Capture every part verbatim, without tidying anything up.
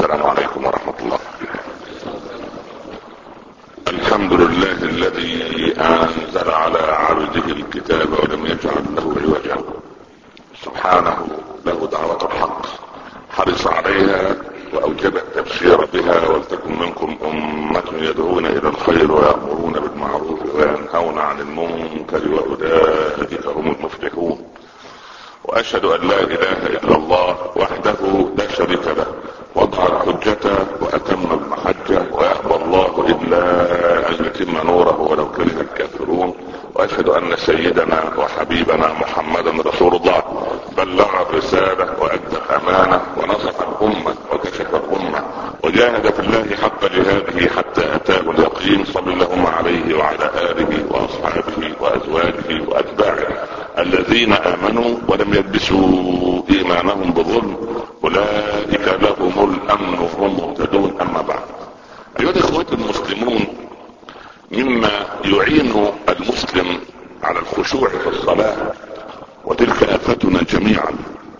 السلام عليكم ورحمة الله. الحمد لله الذي انزل على عبده الكتاب ولم يجعل له عوجا، سبحانه له دعوة الحق، حرص عليها واوجب التبشير بها. ولتكن منكم امة يدعون الى الخير ويأمرون بالمعروف وينهون عن المنكر واولئك هم المفلحون. واشهد ان لا اله الا الله وحده لا شريك له، وضع الحجة واتم المحجة، ويأبى الله الا ان يتم نوره ولو كره الكافرون. واشهد ان سيدنا وحبيبنا محمدا رسول الله، بلغ الرسالة وادى الامانة ونصح الامة وكشف الامة وجاهد في الله حق جهاده حتى اتاه اليقين. صلى الله عليه وعلى اله واصحابه وازواجه واتباعه الذين امنوا ولم يلبسوا ايمانهم بظلم، اولئك لهم الامن وهم مهتدون. اما بعد، ايها الاخوة المسلمون، مما يعين المسلم على الخشوع في الصلاة، وتلك آفتنا جميعا،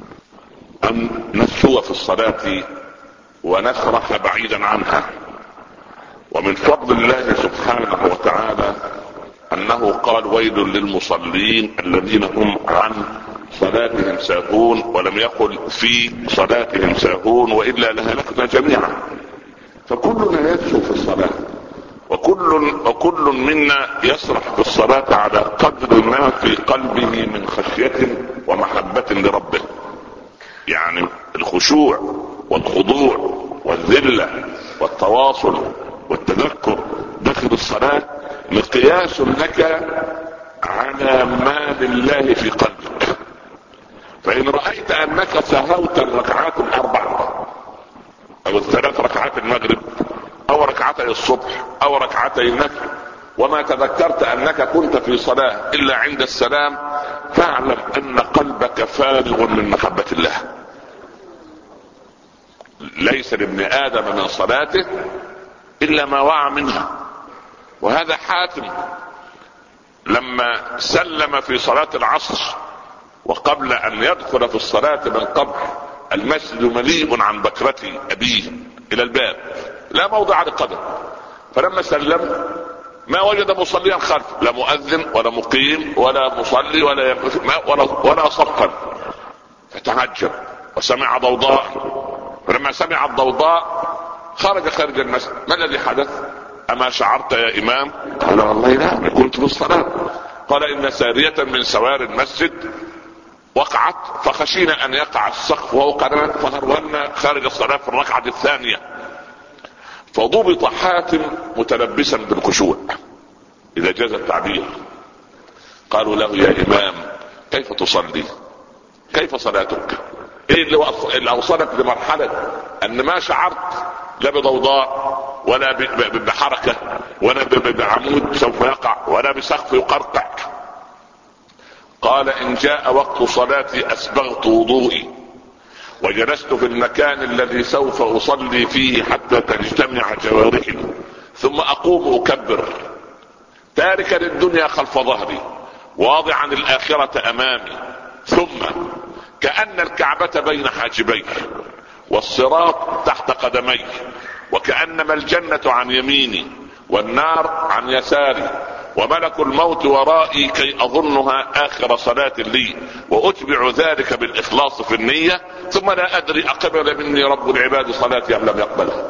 ان نسهو في الصلاة ونسرح بعيدا عنها. ومن فضل الله سبحانه وتعالى انه قال: ويل للمصلين الذين هم عن صلاتهم ساهون، ولم يقل في صلاتهم ساهون، والا لهلكنا جميعا. فكلنا يسهو في الصلاة، وكل وكل منا يسرح في الصلاة على قدر ما في قلبه من خشية ومحبة لربه. يعني الخشوع والخضوع والذلة والتواصل والتذكر داخل الصلاة مقياس لك على ما لله في قلبك. فإن رأيت أنك سهوت الركعات الأربع أو الثلاث ركعات المغرب أو ركعتي الصبح أو ركعتي النفل، وما تذكرت أنك كنت في صلاة إلا عند السلام، فاعلم أن قلبك فارغ من محبة الله. ليس لابن آدم من صلاته إلا ما وعى منها. وهذا حاتم لما سلم في صلاة العصر، وقبل ان يدخل في الصلاة من قبل المسجد مليء عن بكرة ابيه الى الباب، لا موضع لقدم. فلما سلم ما وجد مصليا خلفه، لا مؤذن ولا مقيم ولا مصلي ولا ولا, ولا صفا. فتعجب وسمع ضوضاء، فلما سمع الضوضاء خرج خارج المسجد. ما الذي حدث؟ اما شعرت يا امام؟ قال: والله لا، كنت في الصلاة. قال: ان سارية من سوار المسجد وقعت، فخشينا ان يقع السقف فوقنا فهرولنا خارج الصلاة في الركعة الثانية. فضبط حاتم متلبسا بالخشوع اذا جاز التعبير. قالوا له: يا امام كيف تصلي؟ كيف صلاتك؟ ايه اللي اوصلك لمرحلة ان ما شعرت لا بضوضاء ولا بحركة ولا بعمود سوف يقع ولا بسقف يقرقع؟ قال: ان جاء وقت صلاتي اسبغت وضوئي وجلست في المكان الذي سوف اصلي فيه حتى تجتمع جوارحي، ثم اقوم اكبر تاركا الدنيا خلف ظهري واضعا الاخرة امامي، ثم كأن الكعبة بين حاجبي والصراط تحت قدمي، وكأنما الجنة عن يميني والنار عن يساري، وملك الموت ورائي كي اظنها اخر صلاة لي، واتبع ذلك بالاخلاص في النية، ثم لا ادري اقبل مني رب العباد صلاتي ام لم يقبلها.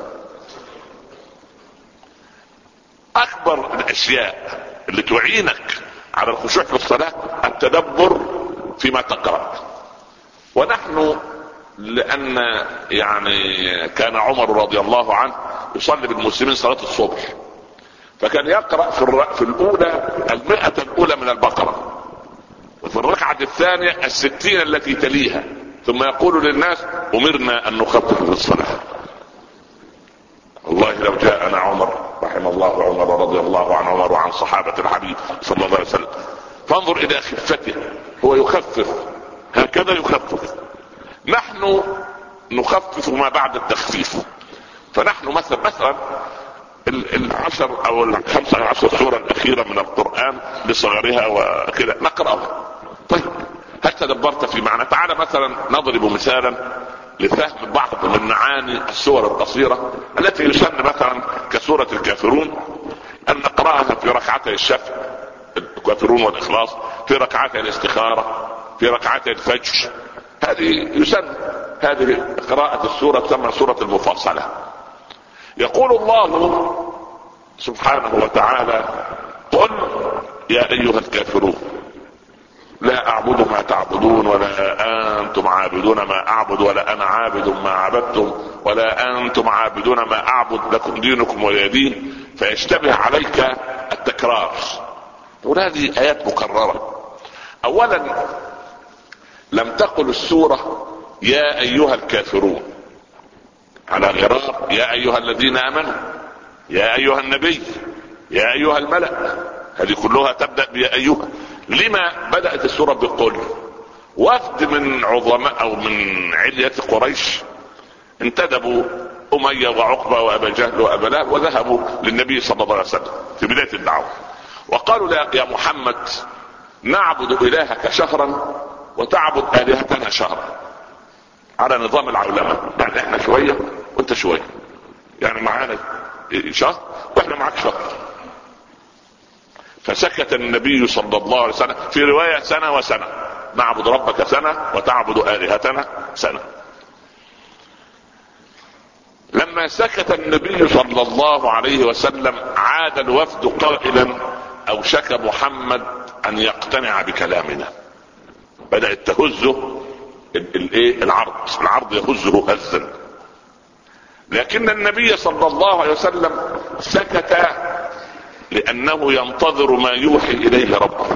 اكبر الاشياء اللي تعينك على الخشوع في الصلاة التدبر فيما تقرأ. ونحن لان يعني كان عمر رضي الله عنه يصلي بالمسلمين صلاة الصبح، فكان يقرأ في, الر... في الاولى المئة الاولى من البقرة، وفي الركعة الثانية الستين التي تليها، ثم يقول للناس: امرنا ان نخفف في الصلاة. والله لو جاءنا عمر، رحم الله عمر رضي الله عن عمر وعن صحابة الحبيب صلى الله عليه وسلم، فانظر الى خفته، هو يخفف هكذا يخفف. نحن نخفف ما بعد التخفيف. فنحن مثلا مثلا العشر او الخمسة عشر سورة الاخيرة من القرآن بصغرها وكذا نقرأها. طيب هل تدبرت في معنى؟ تعال مثلا نضرب مثالا لفهم بعض من معاني السور القصيرة التي يسمى مثلا كسورة الكافرون، ان نقرأها في ركعتي الشفع الكافرون والاخلاص، في ركعتي الاستخارة، في ركعتي الفجر. هذه يسمى هذه قراءة السورة تسمى سورة المفصلة. يقول الله سبحانه وتعالى: قل يا ايها الكافرون لا اعبد ما تعبدون ولا انتم عابدون ما اعبد ولا انا عابد ما عبدتم ولا انتم عابدون ما اعبد لكم دينكم ولي دين. فيشتبه عليك التكرار، وهذه ايات مكررة. اولا لم تقل السورة يا ايها الكافرون على غرار يا ايها الذين امنوا، يا ايها النبي، يا ايها الملأ، هذه كلها تبدأ بيا ايها. لما بدأت السورة بقل؟ وفد من عظماء او من علية قريش انتدبوا امية وعقبة وابا جهل وابا لهب وذهبوا للنبي صلى الله عليه وسلم في بداية الدعوة وقالوا له يا محمد نعبد الهك شهرا وتعبد الهتنا شهرا، على نظام العولمة، يعني احنا شوية وانت شوية، يعني معانا شهر واحنا معاك شهر. فسكت النبي صلى الله عليه وسلم، في رواية سنة وسنة، نعبد ربك سنة وتعبد آلهتنا سنة. لما سكت النبي صلى الله عليه وسلم عاد الوفد قائلا اوشك محمد ان يقتنع بكلامنا. بدأت تهزه العرض العرض يهزه هزا، لكن النبي صلى الله عليه وسلم سكت لانه ينتظر ما يوحي اليه ربه،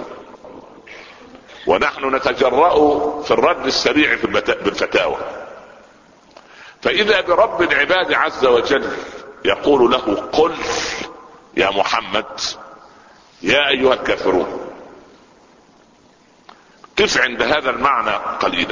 ونحن نتجرأ في الرد السريع في الفتاوى. فاذا برب العباد عز وجل يقول له قل يا محمد يا ايها الكافرون. قف عند هذا المعنى قليلا.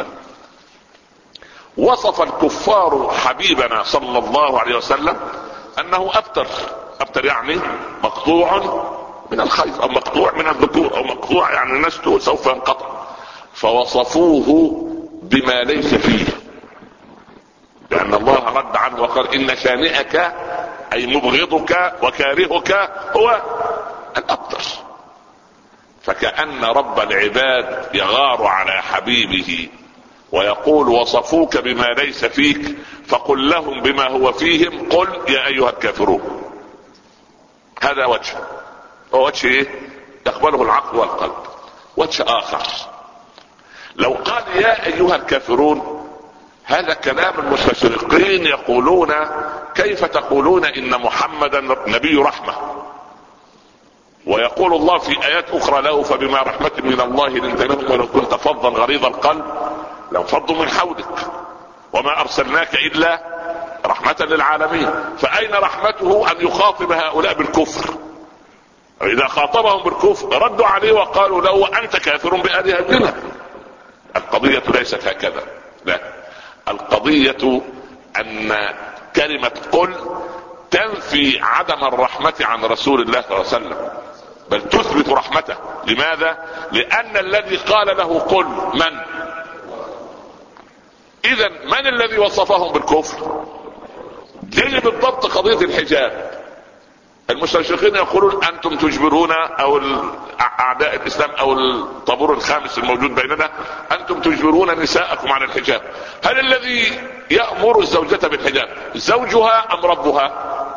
وصف الكفار حبيبنا صلى الله عليه وسلم انه ابتر، ابتر يعني مقطوع من الخير او مقطوع من الذكور او مقطوع يعني نسته سوف ينقطع. فوصفوه بما ليس فيه، لان الله رد عنه وقال ان شانئك اي مبغضك وكارهك هو الابتر. فكأن رب العباد يغار على حبيبه ويقول وصفوك بما ليس فيك فقل لهم بما هو فيهم، قل يا ايها الكافرون. هذا وجه، هو وجه ايه يقبله العقل والقلب. وجه اخر لو قال يا ايها الكافرون، هذا كلام المستشرقين يقولون كيف تقولون ان محمدا نبي رحمة، ويقول الله في ايات اخرى له فبما رحمة من الله لنت لهم ولو كنت فظا غليظ القلب لانفضوا من حولك وما ارسلناك الا رحمة للعالمين. فاين رحمته ان يخاطب هؤلاء بالكفر؟ واذا خاطبهم بالكفر ردوا عليه وقالوا له وانت كافر بآلهتنا. القضية ليست هكذا، لا، القضية ان كلمة قل تنفي عدم الرحمة عن رسول الله صلى الله عليه وسلم، بل تثبت رحمته. لماذا؟ لان الذي قال له قل من؟ اذا من الذي وصفهم بالكفر؟ دي بالضبط قضية الحجاب. المستشرقين يقولون انتم تجبرون او اعداء الاسلام او الطابور الخامس الموجود بيننا انتم تجبرون نساءكم على الحجاب. هل الذي يأمر الزوجة بالحجاب زوجها ام ربها؟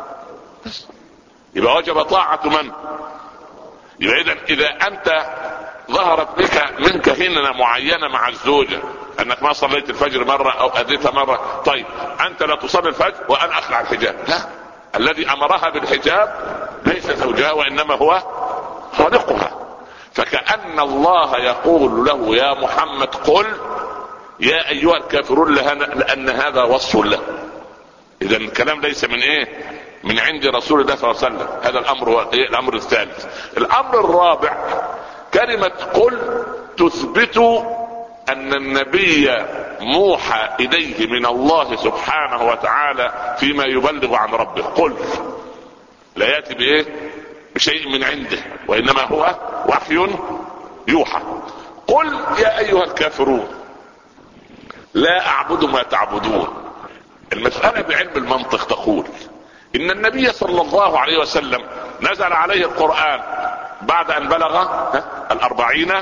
يبقى وجب طاعة من؟ يبقى اذا اذا انت ظهرت بك منك هنا معينة مع الزوجة انك ما صليت الفجر مرة او اذيتها مرة، طيب انت لا تصلي الفجر وانا اخلع الحجاب؟ لا، الذي امرها بالحجاب ليس زوجها وانما هو خالقها. فكأن الله يقول له يا محمد قل يا ايها الكافرون لان هذا وصف له. اذا الكلام ليس من ايه؟ من عند رسول الله صلى الله عليه وسلم. هذا الامر هو إيه؟ الامر الثالث. الامر الرابع كلمة قل تثبت ان النبي موحى اليه من الله سبحانه وتعالى فيما يبلغ عن ربه. قل لا ياتي بايه؟ بشيء من عنده، وانما هو وحي يوحى. قل يا ايها الكافرون. لا اعبد ما تعبدون. المسألة بعلم المنطق تقول ان النبي صلى الله عليه وسلم نزل عليه القرآن بعد ان بلغ الاربعين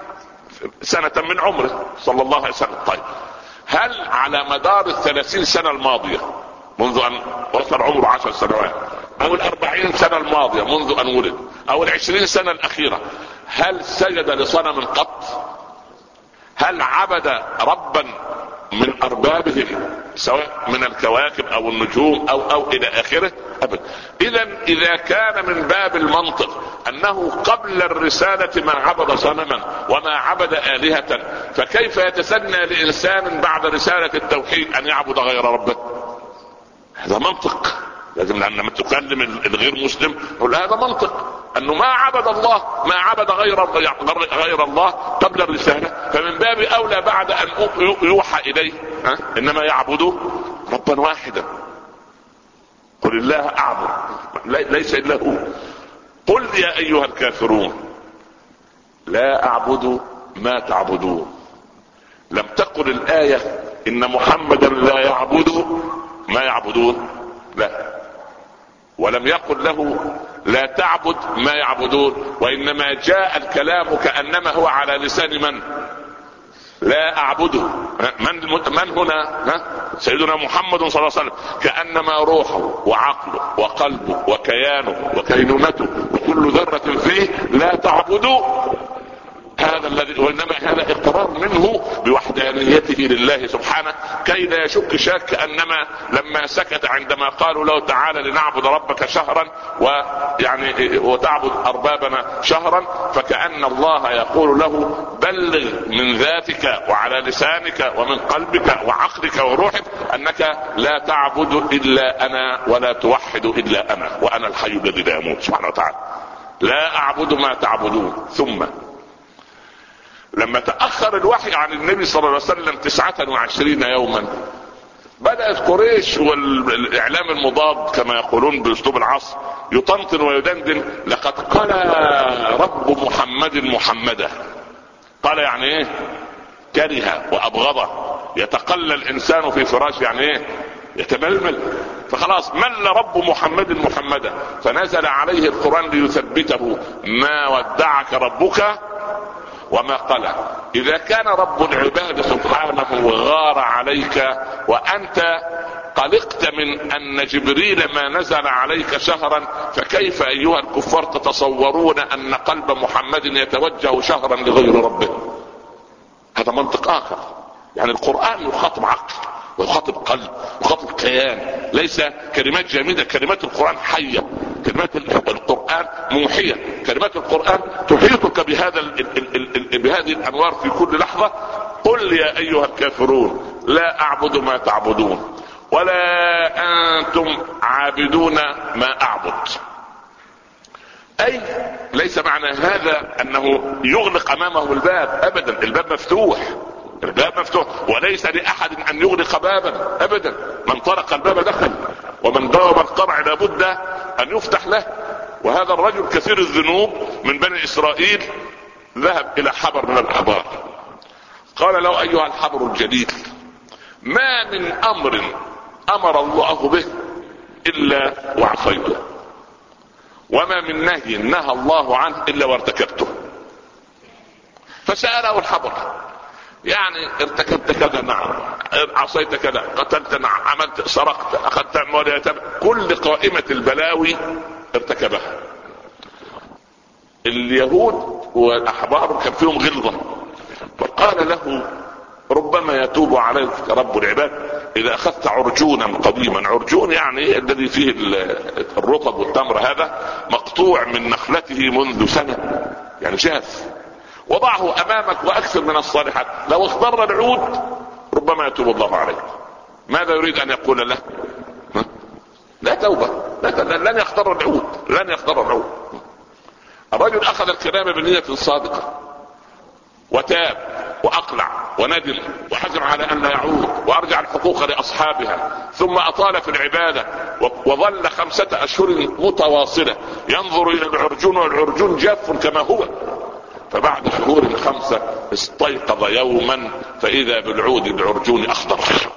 سنة من عمره صلى الله عليه وسلم. طيب هل على مدار الثلاثين سنة الماضية منذ ان وصل عمره عشر سنوات، او الاربعين سنة الماضية منذ ان ولد، او العشرين سنة الاخيرة، هل سجد لصنم قط؟ هل عبد ربا من اربابه سواء من الكواكب او النجوم او او الى اخره؟ ابدا. اذا اذا كان من باب المنطق انه قبل الرسالة من عبد صنما وما عبد آلهة، فكيف يتسنى لانسان بعد رسالة التوحيد ان يعبد غير ربه؟ هذا منطق. لازم لما تكلم الغير مسلم يقول هذا منطق، انه ما عبد الله ما عبد غير غير الله قبل الرسالة، فمن باب اولى بعد ان يوحى اليه ها؟ انما يعبد ربا واحدا. قل الله اعبد ليس الا هو. قل يا ايها الكافرون لا اعبد ما تعبدون. لم تقل الآية ان محمدا لا يعبد ما يعبدون، لا. ولم يقل له لا تعبد ما يعبدون، وانما جاء الكلام كأنما هو على لسان من؟ لا اعبده. من, من هنا؟ ها؟ سيدنا محمد صلى الله عليه وسلم. كأنما روحه وعقله وقلبه وكيانه وكينونته وكل ذرة فيه لا تعبدوا هذا الذي، وانما هذا اقرار منه بوحدانيته لله سبحانه، كي لا يشك شاك انما لما سكت عندما قالوا له تعالى لنعبد ربك شهرا ويعني وتعبد اربابنا شهرا، فكأن الله يقول له بلغ من ذاتك وعلى لسانك ومن قلبك وعقلك وروحك انك لا تعبد الا انا ولا توحد الا انا، وانا الحي الذي لا يموت سبحانه وتعالى. لا اعبد ما تعبدون. ثم لما تأخر الوحي عن النبي صلى الله عليه وسلم تسعة وعشرين يوما، بدأت قريش والاعلام المضاد كما يقولون باسلوب العصر يطنطن ويدندن لقد قال رب محمد محمدا. قال يعني ايه؟ كره وابغضه. يتقلى الانسان في فراشه يعني ايه؟ يتململ. فخلاص مل رب محمد محمدا، فنزل عليه القرآن ليثبته ما ودعك ربك وما قلى. اذا كان رب العباد سبحانه غار عليك وانت قلقت من ان جبريل ما نزل عليك شهرا، فكيف ايها الكفار تتصورون ان قلب محمد يتوجه شهرا لغير ربه؟ هذا منطق اخر. يعني القرآن يخاطب عقل ويخاطب قلب ويخاطب كيان، ليس كلمات جامدة. كلمات القرآن حية، كلمات القرآن موحية، كلمات القرآن تحيطك بهذا ال ال ال ال بهذه الانوار في كل لحظة. قل يا ايها الكافرون لا اعبد ما تعبدون ولا انتم عابدون ما اعبد. اي ليس معنى هذا انه يغلق امامه الباب ابدا. الباب مفتوح، الباب مفتوح، وليس لاحد ان يغلق بابا ابدا. من طرق الباب دخل، ومن ضرب القرع لابد ان يفتح له. وهذا الرجل كثير الذنوب من بني اسرائيل ذهب الى حبر من الاحبار، قال له ايها الحبر الجليل ما من امر امر الله به الا وعصيته، وما من نهي نهى الله عنه الا وارتكبته. فسأله الحبر يعني ارتكبت كذا؟ نعم. عصيت كذا؟ قتلت؟ نعم. عملت؟ سرقت؟ اخذت اموال اليتامى؟ كل قائمة البلاوي ارتكبها. اليهود والاحبار كان فيهم غلظة، فقال له ربما يتوب عليك رب العباد اذا اخذت عرجونا قديما. عرجون يعني الذي فيه الرطب والتمر، هذا مقطوع من نخلته منذ سنة يعني جاف، وضعه امامك واكثر من الصالحات، لو اخضر العود ربما يتوب الله عليك. ماذا يريد ان يقول له؟ لا توبة، لن يخضر العود، لن يخضر العود. الرجل اخذ الكلام بنية صادقة وتاب واقلع وندم وحزم على ان لا يعود وارجع الحقوق لاصحابها، ثم اطال في العبادة وظل خمسة اشهر متواصلة ينظر الى العرجون والعرجون جاف كما هو. فبعد شهور خمسة استيقظ يوما فاذا بالعود العرجون اخضر،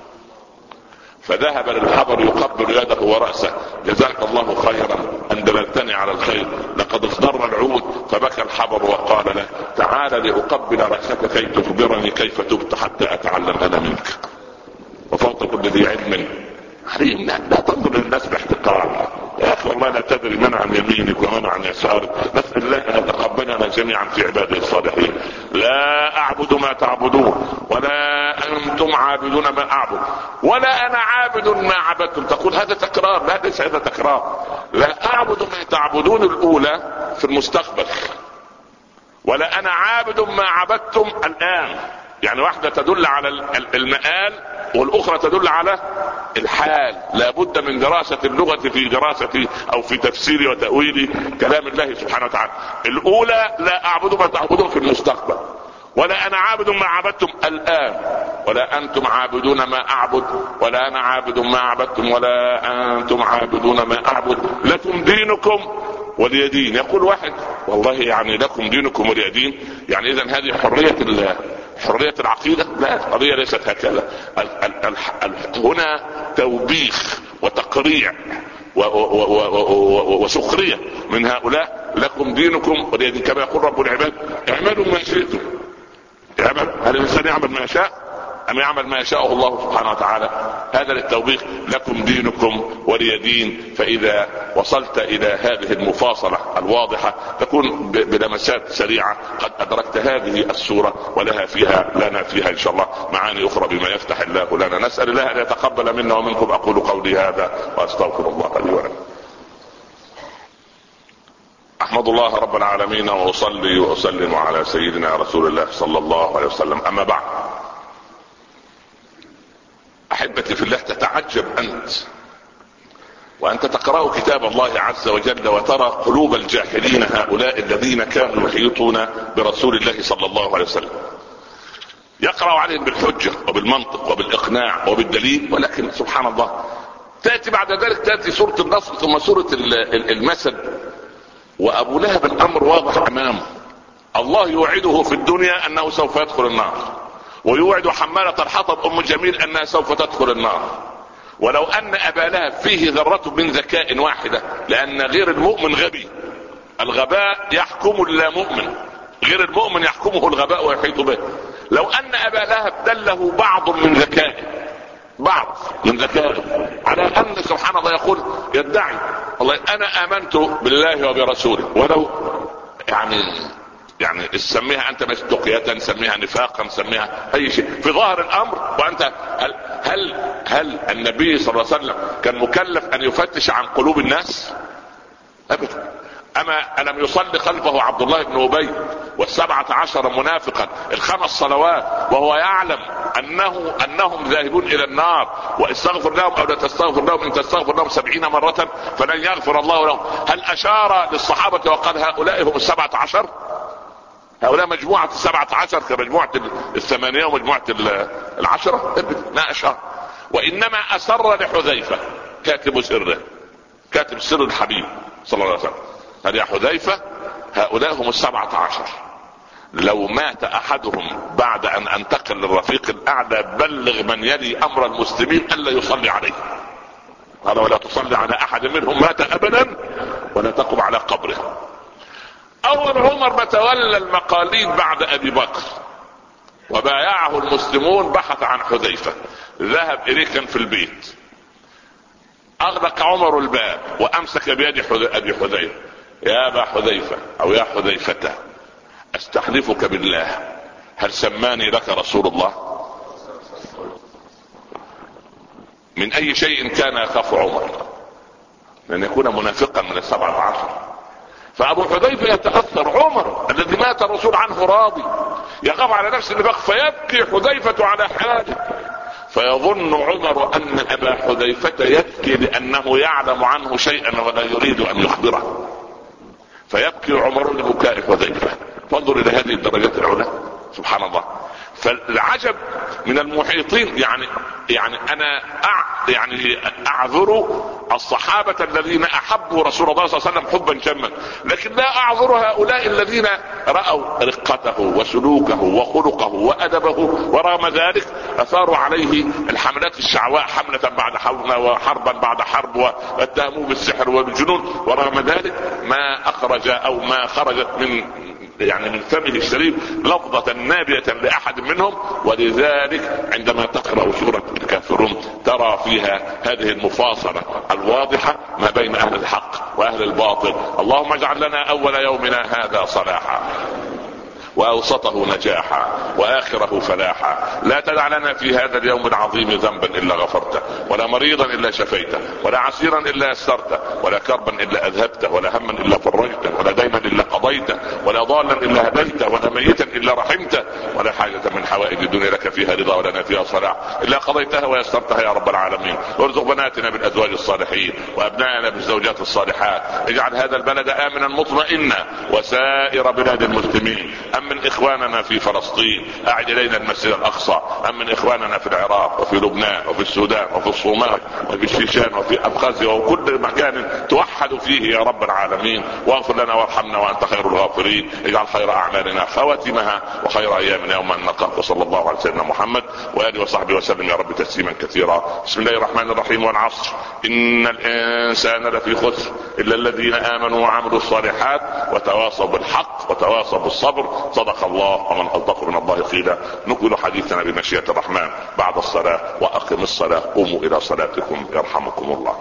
فذهب للحبر يقبل يده ورأسه: جزاك الله خيرا ان دللتني على الخير، لقد اصدر العود. فبكى الحبر وقال له: تعال لأقبل رأسك كي تخبرني كيف تبت حتى اتعلم انا منك. وفوق كل ذي علم عليم. لا تنظر للناس باحتقار يا اخي، والله لا تدري من عن يمينك ومن عن يسارك. نسأل الله ان يتقبلنا جميعا في عباده الصالحين. لا اعبد ما تعبدون ولا انتم عابدون ما اعبد ولا انا عابد ما عبدتم. تقول هذا تكرار؟ لا، ليس هذا تكرار. لا اعبد ما تعبدون الاولى في المستقبل، ولا انا عابد ما عبدتم الان. يعني واحدة تدل على المآل والاخرى تدل على الحال. لابد من دراسة اللغة في دراسة او في تفسير وتأويل كلام الله سبحانه وتعالى. الاولى لا اعبد ما تعبدون في المستقبل، ولا انا عابد ما عبدتم الان، ولا انتم عابدون ما اعبد ولا انا عابد ما عبدتم ولا انتم عابدون ما اعبد، لكم دينكم ولي دين. يقول واحد: والله يعني لكم دينكم ولي دين، يعني اذا هذه حرية الله، حرية العقيدة؟ لا، القضية ليست هكذا. هنا توبيخ وتقريع وسخرية من هؤلاء. لكم دينكم ولي دين، كما يقول رب العباد: اعملوا ما شئتم. هل الانسان يعمل ما يشاء ام يعمل ما يشاءه الله سبحانه وتعالى؟ هذا للتوبيخ: لكم دينكم ولي دين. فاذا وصلت الى هذه المفاصلة الواضحة تكون بلمسات سريعة قد ادركت هذه السورة، ولها فيها لنا فيها ان شاء الله معاني اخرى بما يفتح الله لنا. نسأل الله ان يتقبل منا ومنكم. اقول قولي هذا واستغفر الله لي ولكم. احمد الله رب العالمين واصلي واسلم على سيدنا رسول الله صلى الله عليه وسلم. اما بعد، احبتي في الله، تتعجب انت وانت تقرأ كتاب الله عز وجل وترى قلوب الجاهلين، هؤلاء الذين كانوا يحيطون برسول الله صلى الله عليه وسلم، يقرأ عليهم بالحجة وبالمنطق وبالاقناع وبالدليل، ولكن سبحان الله تأتي بعد ذلك تأتي سورة النصر ثم سورة المسد، وابو لهب الامر واضح امامه. الله يوعده في الدنيا انه سوف يدخل النار، ويوعد حمالة الحطب ام جميل انها سوف تدخل النار. ولو ان ابا لهب فيه ذرة من ذكاء واحدة، لان غير المؤمن غبي، الغباء يحكم اللا مؤمن، غير المؤمن يحكمه الغباء ويحيط به. لو ان ابا لهب دله بعض من ذكائه، بعض من ذكائه على ان سبحان الله يقول يدعي والله انا امنت بالله وبرسوله، ولو يعني يعني سميها انت مصداقية، سميها نفاقا، سميها اي شيء في ظاهر الامر. وانت هل هل هل النبي صلى الله عليه وسلم كان مكلف ان يفتش عن قلوب الناس؟ ابدا. اما الم يصلي خلفه عبد الله بن ابي والسبعة عشر منافقا الخمس صلوات وهو يعلم انه انهم ذاهبون الى النار، واستغفر لهم او لا تستغفر لهم ان تستغفر لهم سبعين مرة فلن يغفر الله لهم؟ هل اشار للصحابة وقال هؤلاء هم السبعة عشر؟ هؤلاء مجموعة السبعة عشر كمجموعة الثمانية ومجموعة العشرة؟ ما اشار. وانما اسر لحذيفة كاتب سره، كاتب سر الحبيب صلى الله عليه وسلم، قال يا حذيفة هؤلاء هم السبعة عشر، لو مات احدهم بعد ان انتقل للرفيق الاعلى بلغ من يلي امر المسلمين الا يصلي عليه. قال ولا تصلي على احد منهم مات ابدا ولا تقم على قبره. اول عمر ما تولى المقاليد بعد ابي بكر وبايعه المسلمون بحث عن حذيفة، ذهب اليه كان في البيت، اغلق عمر الباب وامسك بيد ابي حذيفة: يا ابا حذيفة او يا حذيفة استحلفك بالله هل سماني لك رسول الله؟ من اي شيء كان يخاف عمر؟ لان يكون منافقا من السبعة عشر. فابو حذيفة يتأثر، عمر الذي مات الرسول عنه راضي يخاف على نفس النفاق، فيبكي حذيفة على حاله، فيظن عمر ان ابا حذيفة يبكي لانه يعلم عنه شيئا ولا يريد ان يخبره، فيبكي عمر لبكاء حذيفة. فانظر الى هذه الدرجات العلى سبحان الله. فالعجب من المحيطين. يعني يعني انا أع... يعني اعذر الصحابة الذين احبوا رسول الله صلى الله عليه وسلم حبا جما، لكن لا اعذر هؤلاء الذين رأوا رقته وسلوكه وخلقه وادبه، ورغم ذلك اثاروا عليه الحملات الشعواء حملة بعد حملة وحربا بعد حرب، واتهموه بالسحر والجنون، ورغم ذلك ما اخرج او ما خرجت من يعني من فمه الشريف لفظة نابية لأحد منهم. ولذلك عندما تقرأ سورة الكافرون ترى فيها هذه المفاصلة الواضحة ما بين أهل الحق وأهل الباطل. اللهم اجعل لنا أول يومنا هذا صلاحا، واوسطه نجاحا، واخره فلاحا. لا تدع لنا في هذا اليوم العظيم ذنبا الا غفرته، ولا مريضا الا شفيته، ولا عسيرا الا يسرته، ولا كربا الا اذهبته، ولا هما الا فرجته، ولا دينا الا قضيته، ولا ضالا الا هديته، ولا ميتا الا رحمته، ولا حاجة من حوائج الدنيا لك فيها رضا ولنا فيها صلاح الا قضيتها ويسرتها يا رب العالمين. وارزق بناتنا بالازواج الصالحين، وابنائنا بالزوجات الصالحات. اجعل هذا البلد امنا مطمئنا، وسائر بلاد المسلمين. من اخواننا في فلسطين اعد الينا المسجد الاقصى، ام من اخواننا في العراق وفي لبنان وفي السودان وفي الصومال وفي الشيشان وفي ابخازيا وكل مكان توحد فيه يا رب العالمين. واغفر لنا وارحمنا وانت خير الغافرين. اجعل خير اعمالنا خواتمها، وخير ايامنا يوم ان نلقاك. وصلى الله على سيدنا محمد واله وصحبه وسلم يا رب تسليما كثيرا. بسم الله الرحمن الرحيم. والعصر ان الانسان لفي خسر الا الذين امنوا وعملوا الصالحات وتواصوا بالحق وتواصوا بالصبر. صدق الله، ومن أصدق من الله قيلا. نكمل حديثنا بمشيئة الرحمن بعد الصلاة. وأقم الصلاة، قوموا إلى صلاتكم يرحمكم الله.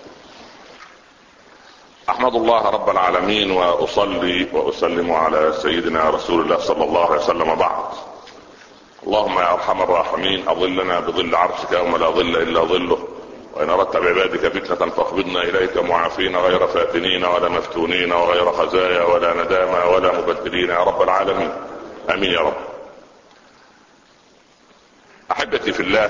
أحمد الله رب العالمين، وأصلي وأسلم على سيدنا رسول الله صلى الله عليه وسلم. بعد، اللهم يا أرحم الراحمين أظلنا بظل عرشك يوم لا ظل إلا ظله، وإن أردت بعبادك فتنة فاقبضنا إليك معافين غير فاتنين ولا مفتونين وغير خزايا ولا ندامى ولا مبدلين يا رب العالمين. آمين يا رب. أحبتي في الله،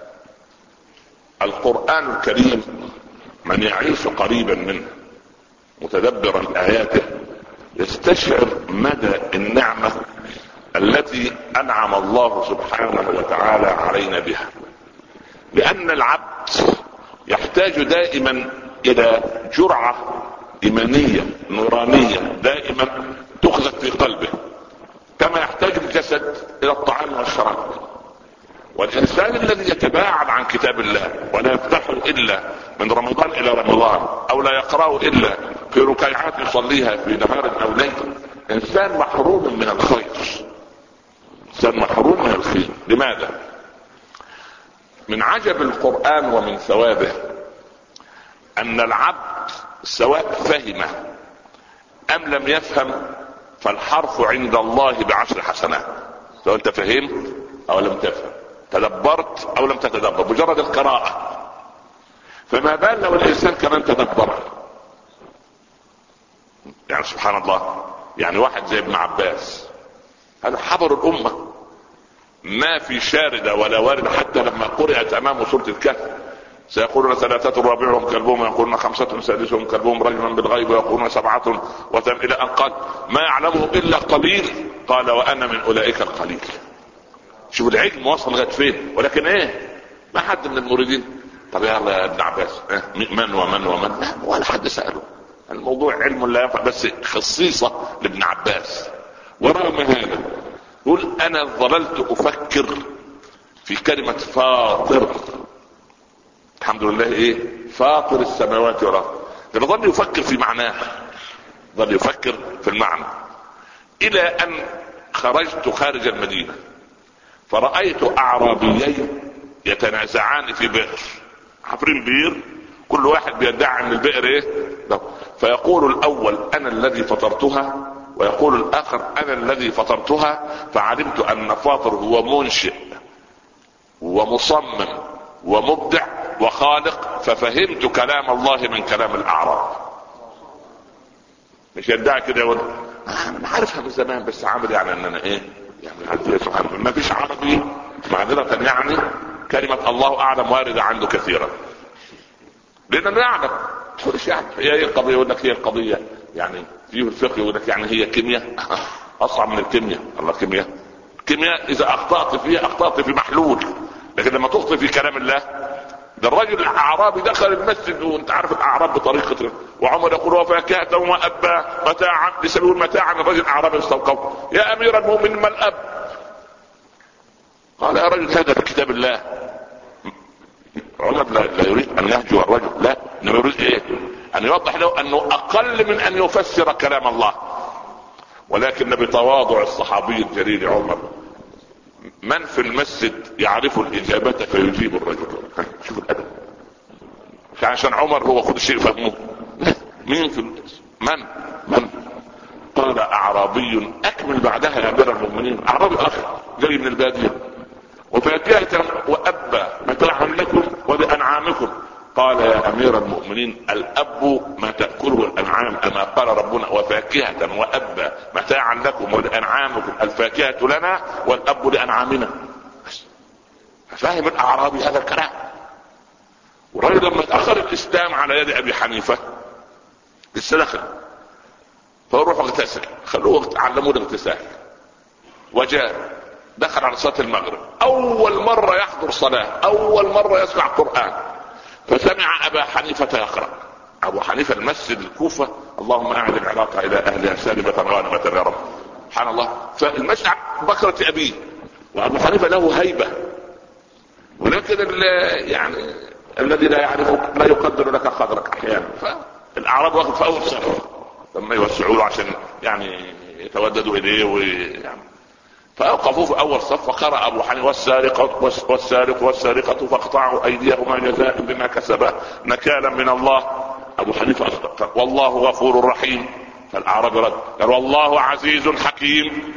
القرآن الكريم من يعيش قريبا منه متدبرا آياته يستشعر مدى النعمة التي أنعم الله سبحانه وتعالى علينا بها. لأن العبد يحتاج دائما الى جرعة ايمانية نورانية دائما تخزن في قلبه، كما يحتاج الجسد الى الطعام والشراب. والانسان الذي يتباعد عن كتاب الله ولا يفتحه الا من رمضان الى رمضان، او لا يقرأه الا في ركعات يصليها في نهار او ليل، انسان محروم من الخير، انسان محروم من الخير. لماذا؟ من عجب القرآن ومن ثوابه ان العبد سواء فهم ام لم يفهم فالحرف عند الله بعشر حسنات. لو انت فهمت او لم تفهم، تدبرت او لم تتدبر، مجرد القراءة. فما بال لو الانسان كمان تدبر. يعني سبحان الله، يعني واحد زي ابن عباس هذا حبر الامة، ما في شاردة ولا وارد، حتى لما قرأت امامه سورة الكهف سيقولون ثلاثة رابعهم كلبهم، يقولون خمسة سادسهم كلبهم رجما بالغيب، ويقولون سبعة وثم الى ان قال ما يعلمه الا قليل، قال وانا من اولئك القليل. شوف العلم وصل لغايه فين. ولكن ايه، ما حد من المريدين طب يلا يا ابن عباس إيه؟ من ومن ومن لا، ولا حد سأله. الموضوع علم لا ينفع، بس خصيصة لابن عباس. ورغم هذا يقول انا ظللت افكر في كلمة فاطر. الحمد لله ايه، فاطر السماوات والارض. ده ظل يفكر في معناه، ظل يفكر في المعنى، الى ان خرجت خارج المدينة فرأيت اعرابيين يتنازعان في بئر، حفرين بئر، كل واحد بيدعي ان البئر ايه ده. فيقول الاول انا الذي فطرتها، ويقول الاخر انا الذي فطرتها. فعلمت ان فاطر هو منشئ ومصمم ومبدع وخالق، ففهمت كلام الله من كلام الاعراب. مش يدعي كده يقول انا عارفها من زمان، بس عامل يعني ان انا ايه يعني عندي سبحان الله. ما فيش عربي معذرة يعني كلمة الله اعلم واردة عنده كثيرا، لانه يعلم. تقولش يعني هي ايه القضية، يقول لك هي القضية يعني فيه الفقه، يقول لك يعني هي كيمياء اصعب من الكيمياء. الله كيمياء الكيمياء اذا اخطأت فيها اخطأت في محلول، لكن لما تخطئ في كلام الله. ده الرجل الاعرابي دخل المسجد، وانت عارف الاعراب بطريقته، وعمر يقول وفاكهة وابا متاعا لسبيل متاعا. الرجل الاعرابي استوقف يا امير المؤمنين ما الاب؟ قال يا رجل هذا في كتاب الله. عمر لا, لا يريد ان يهجو الرجل، لا، انما يريد ايه؟ ان يوضح له انه اقل من ان يفسر كلام الله. ولكن بتواضع الصحابي الجليل عمر، من في المسجد يعرف الاجابة فيجيب الرجل. شوف الادب، عشان عمر هو كل شيء فهمه. مين في من من قال اعرابي اكمل بعدها يا امير المؤمنين. اعرابي اخر جاي من الباديه. وفاكهة وابا متاعا لكم ولانعامكم. قال يا امير المؤمنين الاب ما تأكله الانعام، اما قال ربنا وفاكهة وابا متاعا لكم ولانعامكم. الفاكهة لنا والاب لانعامنا. فاهم الاعرابي هذا الكلام. والرجل لما تأخر الاسلام على يد ابي حنيفة لسه دخل، فروحوا اغتسل، خلوه علموه الاغتسال. وجاء دخل على صلاة المغرب، اول مرة يحضر صلاة، اول مرة يسمع قرآن، فسمع ابا حنيفة يقرأ. ابو حنيفة المسجد الكوفة، اللهم اعد العراق الى اهلها سالمة غانمة يا رب. سبحان الله. فالمسجد بكرة ابيه، وابو حنيفة له هيبة. ولكن يعني الذي لا يعرفك لا يقدر لك قدرك احيانا. فالاعراب واخد في اول صف لما يوسعوا له عشان يعني يتوددوا اليه ويعني، فاوقفوه في اول صف. فقرأ ابو حنيفه والسارق والسارق والسارقة فاقطعوا ايديهما جزاء بما كسبا نكالا من الله. ابو حنيفه أصدق والله غفور رحيم. فالاعرابي رد قال والله عزيز حكيم.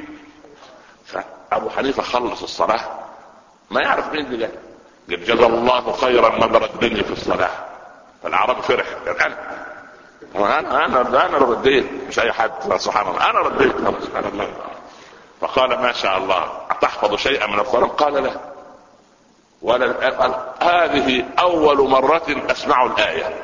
فابو حنيفه خلص الصلاة ما يعرف مين اللي جاي، قال جزا الله خيرا ما بردني في الصلاة. فالاعرابي فرح قال انا انا انا انا رديت، مش اي حد. سبحان الله انا رديت. سبحان الله. فقال ما شاء الله أتحفظ شيئا من القرآن؟ قال لا. ولا قال هذه أول مرة أسمع الآية.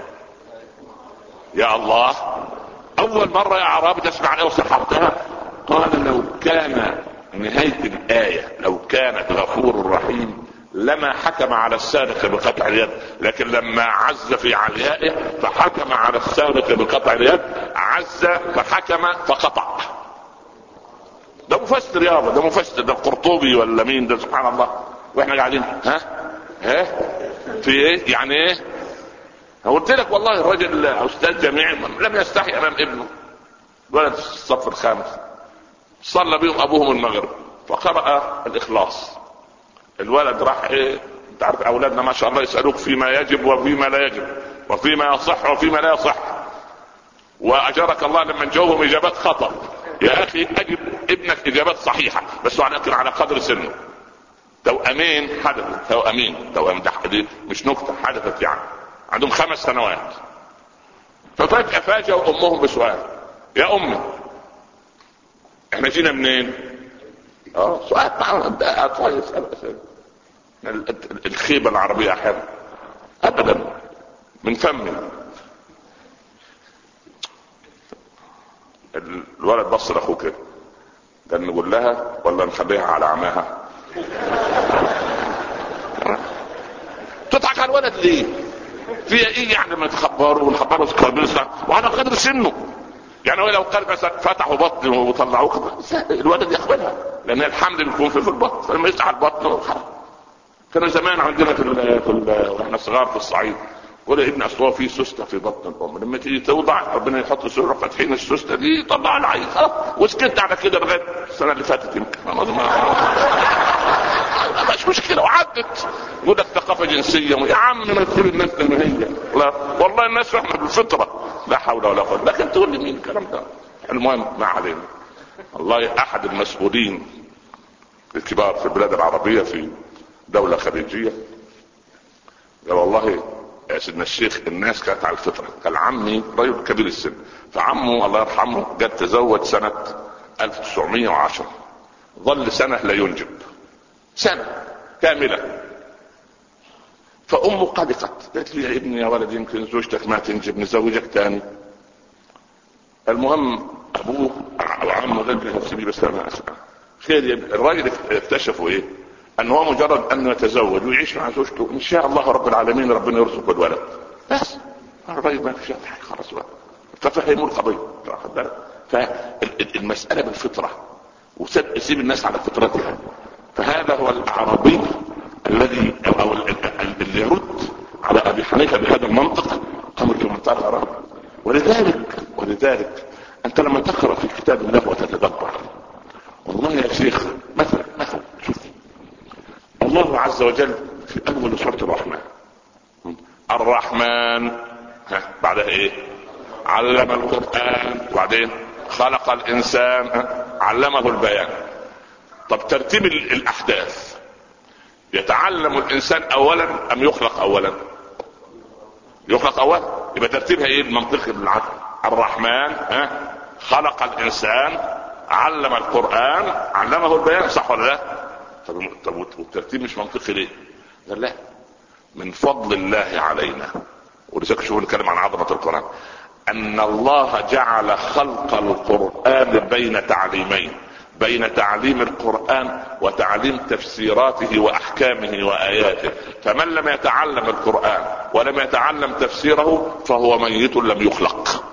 يا الله، أول مرة يا عرابي تسمع الآية وصحبتها؟ قال لو كان نهاية الآية لو كانت غفور رحيم لما حكم على السارق بقطع اليد، لكن لما عز في عليائه فحكم على السارق بقطع اليد، عز فحكم فقطع. ده مفسر يابا، ده مفسر، ده القرطبي ولا مين ده؟ سبحان الله. واحنا قاعدين ها ها في ايه يعني ايه؟ قلت لك والله الراجل استاذ جامعي لم يستحي امام ابنه، ولد الصف الخامس، صلى بهم ابوهم المغرب فقرأ الاخلاص. الولد راح ايه، انت عارف اولادنا ما شاء الله يسألوك فيما يجب وفيما لا يجب وفيما يصح وفيما لا يصح، واجرك الله لما نجاوبهم اجابات خطأ. يا اخي اجب ابنك اجابات صحيحة بس ولكن على قدر سنه. توأمين حدثت، توأمين توأم دي مش نكتة، حدثت يعني عندهم خمس سنوات. ففجأة فاجأوا امهم بسؤال، يا امي احنا جينا منين؟ اه سؤال اطفال يسأل اسئلة. الخيبة العربية احيانا ابدا من فمي. الولد بص لاخوه كده قال نقول لها ولا نخليها على عماها؟ تضحك على الولد ليه؟ فيها ايه يعني ما تخبروا ونخبروا سكربيسة وعلى قدر سنه يعني. لو قال مثلا فتحوا بطنه وطلعوه الولد يقبلها، لان الحمل بيكون في البطن، فلما يفتح البطن كان زمان عندنا في ال في ال واحنا صغار في الصعيد ولا ابن اصلا في سوسته في بطن الام، لما تيجي توضع ربنا يحط سوره فاتحين السوسته دي طلع العين خلاص، وسكت على كده لغايه السنه اللي فاتت يمكن مش مشكله وعدت. يقول لك ثقافه جنسيه يا عم ما تقول الناس زي ما هي، لا والله الناس فاهمه بالفطره، لا حول ولا قوه. لكن تقول لي مين الكلام ده؟ المهم ما علينا. والله احد المسؤولين الكبار في البلاد العربيه في دوله خليجيه قال والله يا سيدنا الشيخ الناس كانت على الفطره. قال عمي رجل كبير السن، فعمه الله يرحمه قد تزوج سنه ألف وتسعمائة وعشرة، ظل سنه لا ينجب، سنه كامله. فامه قلقت قالت لي يا ابني يا ولد يمكن زوجتك ما تنجب نزوجك تاني. المهم ابوه وعمه قال لي سيبي بس انا اسال. خير يا الراجل اكتشفوا ايه؟ ان هو مجرد انه يتزوج ويعيش مع زوجته ان شاء الله رب العالمين ربنا يرزق الولد بس. الراجل ما فيش حاجه خلاص بقى ففهموا القضيه. فالمساله بالفطره وسيب الناس على فطرتها. فهذا هو الاعرابي الذي او اللي يرد على ابي حنيفه بهذا المنطق امر كما ترى. ولذلك ولذلك انت لما تقرا في كتاب الله وتتدبر والله يا شيخ مثلا مثلا شوف الله عز وجل في اول سوره الرحمن الرحمن ها بعدها ايه؟ علم القرآن وبعدين خلق الانسان ها علمه البيان. طب ترتيب الاحداث يتعلم الانسان اولا ام يخلق اولا؟ يخلق اولا. يبقى ترتيبها ايه المنطقي بالعقل؟ الرحمن ها خلق الانسان علم القرآن علمه البيان. صح ولا لا؟ طب والترتيب مش منطقي ليه؟ قال لا من فضل الله علينا. ولذلك شوفوا نتكلم عن عظمة القرآن ان الله جعل خلق القرآن بين تعليمين، بين تعليم القرآن وتعليم تفسيراته واحكامه واياته. فمن لم يتعلم القرآن ولم يتعلم تفسيره فهو ميت لم يخلق.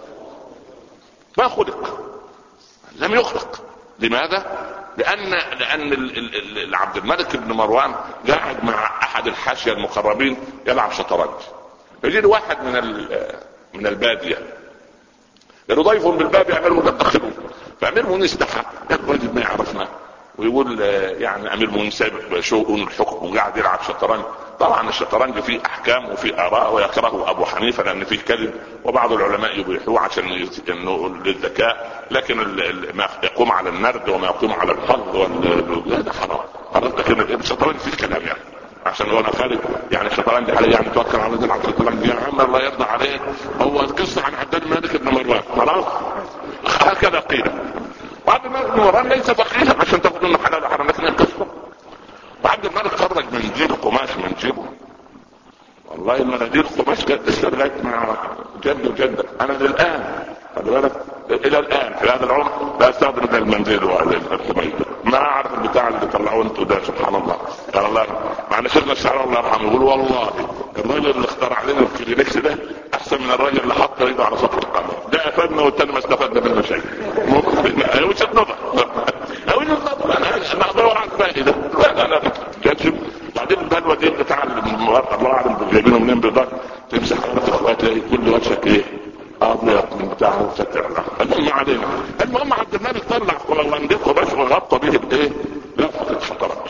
ما خلق لم يخلق. لماذا؟ لان لان عبد الملك بن مروان قاعد مع احد الحاشيه المقربين يلعب شطرنج. يجي واحد من من الباديه قالوا ضيف بالباب يعملوا متاخرون. فامير المؤمنين استحى الراجل ما يعرفنا ويقول يعني امير المؤمنين سابق شؤون الحكم وقاعد يلعب شطرنج. طبعا الشطرنج فيه احكام وفيه اراء ويكرهه ابو حنيفه لان فيه كذب وبعض العلماء يبيحوه عشان انه للذكاء. لكن ما يقوم على النرد وما يقوم على الحظ هذا حرام. لكن الشطرنج فيه كلام يعني عشان وانا خارج يعني الشطرنج عليه يعني توكل على الله. الشطرنج يا عم الله يرضى عليك هو القصه عن عبد الملك بن مروان خلاص هكذا قيل. وعبد الملك بن مروان ليس فقيها عشان تاخذ منه حلال وحرام لكن القصه. وعبد الملك خرج من جيب قماش من جيبه والله مناديل قماش قد استغلت مع جد وجدك. انا للان خلي بالك الى الان في هذا العمر لا استخدم ده المنزل والقماش ما اعرف البتاع اللي طلعوه انتوا ده. سبحان الله قال الله معنا شيخنا الشعراوي الله يرحمه يقول والله الراجل اللي اخترع علينا الكلينكس ده احسن من الراجل اللي حط ايده على سطح القمر. ده افادنا والتاني ما استفدنا منه شيء. وجهة نظر وجهة نظر انا انا ادور على الباقي ده. انا كاتب بعدين البلوه دي بتاع الله اعلم جايبينه منين بالضبط تمسح على اخواتي كل وجهك ايه ابيض من بتاعه فتح. المهم علينا المهم عبد الملك طلع ونديكوا بس وغطى به بايه؟ لفظ الشطرنج.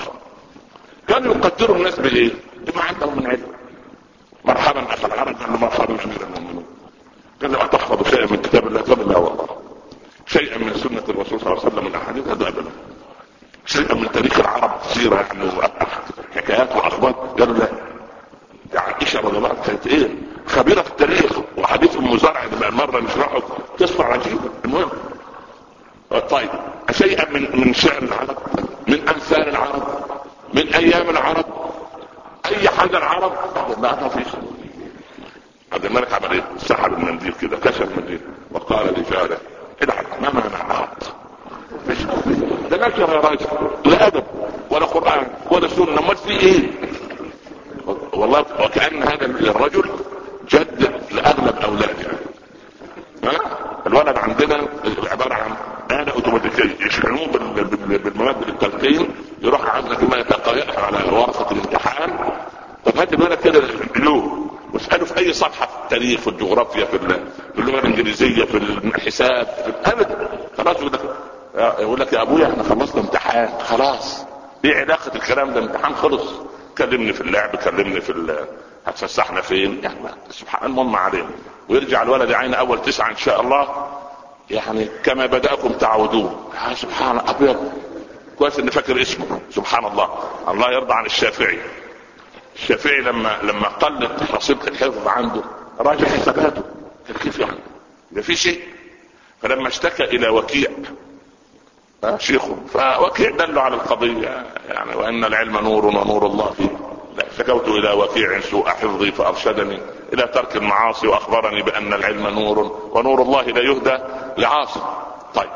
كانوا يقدروا الناس بايه؟ بما عندهم من علم. مرحبا اخي العرب قال له مرحبا مش غير المؤمنين. قال له اتحفظ شيئا من كتاب الله؟ قال لا والله. شيئا من سنه الرسول صلى الله عليه وسلم من الاحاديث هذا ابدا. شيئا من تاريخ العرب سيره يعني حكايات واخبار؟ قالوا لا. عائشه رضي الله عنها كانت ايه؟ خبيره في التاريخ وحديث المزارع مره نشرحه قصه عجيبه. المهم طيب شيئا من من شعر العرب من امثال العرب من ايام العرب اي حاجه العرب لا ما فيش. عبد الملك عمل ايه؟ سحب المنديل كده كشف المنديل وقال لجاره العب ما معنى عرب ده نشر يا راجل لا ادب ولا قران ولا سنه امال في ايه؟ والله وكأن هذا الرجل جد لاغلب اولاده. ها الولد عندنا عباره عن آلة اوتوماتيكيه يشحنوه بالمواد التلقين يروح عندنا كما يتقيأها على ورقه الامتحان. طب هات الولد كده له واساله في اي صفحه في التاريخ في الجغرافيا في اللغه الانجليزيه في الحساب في ابدا خلاص يقول لك يا ابويا احنا خلصنا امتحان خلاص. ايه علاقه الكلام ده؟ امتحان خلص. كلمني في اللعب كلمني في هتفسحنا فين يعني سبحان المهم علينا. ويرجع الولد عين اول تسعة ان شاء الله يعني كما بدأكم تعودون. سبحان ابيض كويس اني فاكر اسمه. سبحان الله الله يرضى عن الشافعي. الشافعي لما لما قلت حصيلة الحفظ عنده راجع حساباته كيف يعني ده في شيء. فلما اشتكى الى وكيع شيخه فوكيع دله على القضية يعني وان العلم نور ونور الله فيه. شكوت الى وكيع سوء حفظي فارشدني الى ترك المعاصي واخبرني بان العلم نور ونور الله لا يهدى لعاصي. طيب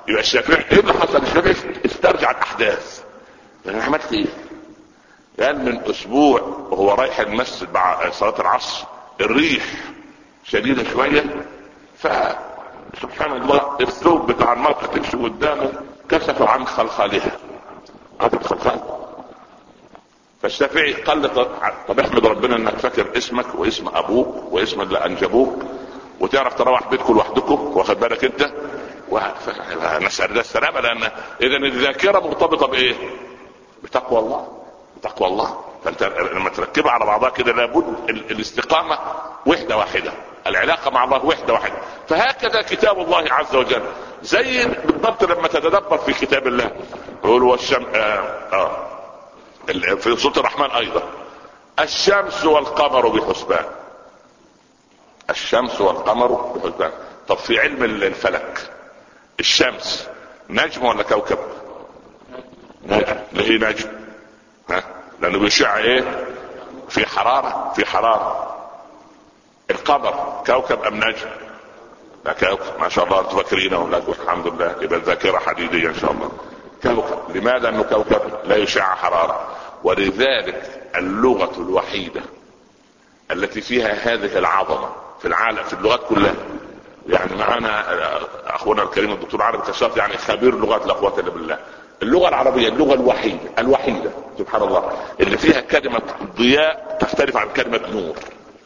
يبقى الشافعي ايه اللي حصل؟ الشافعي استرجع الاحداث. انا عملت ايه؟ قال من اسبوع وهو رايح المسجد بعد صلاة العصر الريح شديدة شوية، فسبحان الله الثوب بتاع المرأة تمشي قدامه كشف عن خلخالها. هذا الخلخال. فالشافعي قال له طب احمد ربنا انك فاكر اسمك واسم ابوك واسم اللي انجبوك وتعرف تروح بيتكم لوحدكم، واخد بالك انت؟ ونسأل ده السلامة، لان اذا الذاكرة مرتبطة بايه؟ بتقوى الله. بتقوى الله. فانت لما تركبها على بعضها كده لابد الاستقامة وحدة واحدة، العلاقة مع الله وحدة واحدة. فهكذا كتاب الله عز وجل زي بالضبط لما تتدبر في كتاب الله يقول والشم آه آه في سورة الرحمن ايضا الشمس والقمر بحسبان. الشمس والقمر بحسبان. طب في علم الفلك الشمس نجم ولا كوكب؟ نجم. ليه نجم؟ ها؟ لانه بيشع ايه؟ في حرارة في حرارة. القمر كوكب ام نجم؟ لا كوكب. ما شاء الله انتم فاكرينه ولا الحمد لله. يبقى الذاكرة حديدية ان شاء الله. كوكب. لماذا؟ انه كوكب لا يشع حرارة. ولذلك اللغة الوحيدة التي فيها هذه العظمة في العالم في اللغات كلها، يعني معنا اخونا الكريم الدكتور عربي كشاف يعني خبير لغات لا قوة الا بالله. اللغة العربية اللغة الوحيدة الوحيدة سبحان الله اللي فيها كلمة ضياء تختلف عن كلمة نور.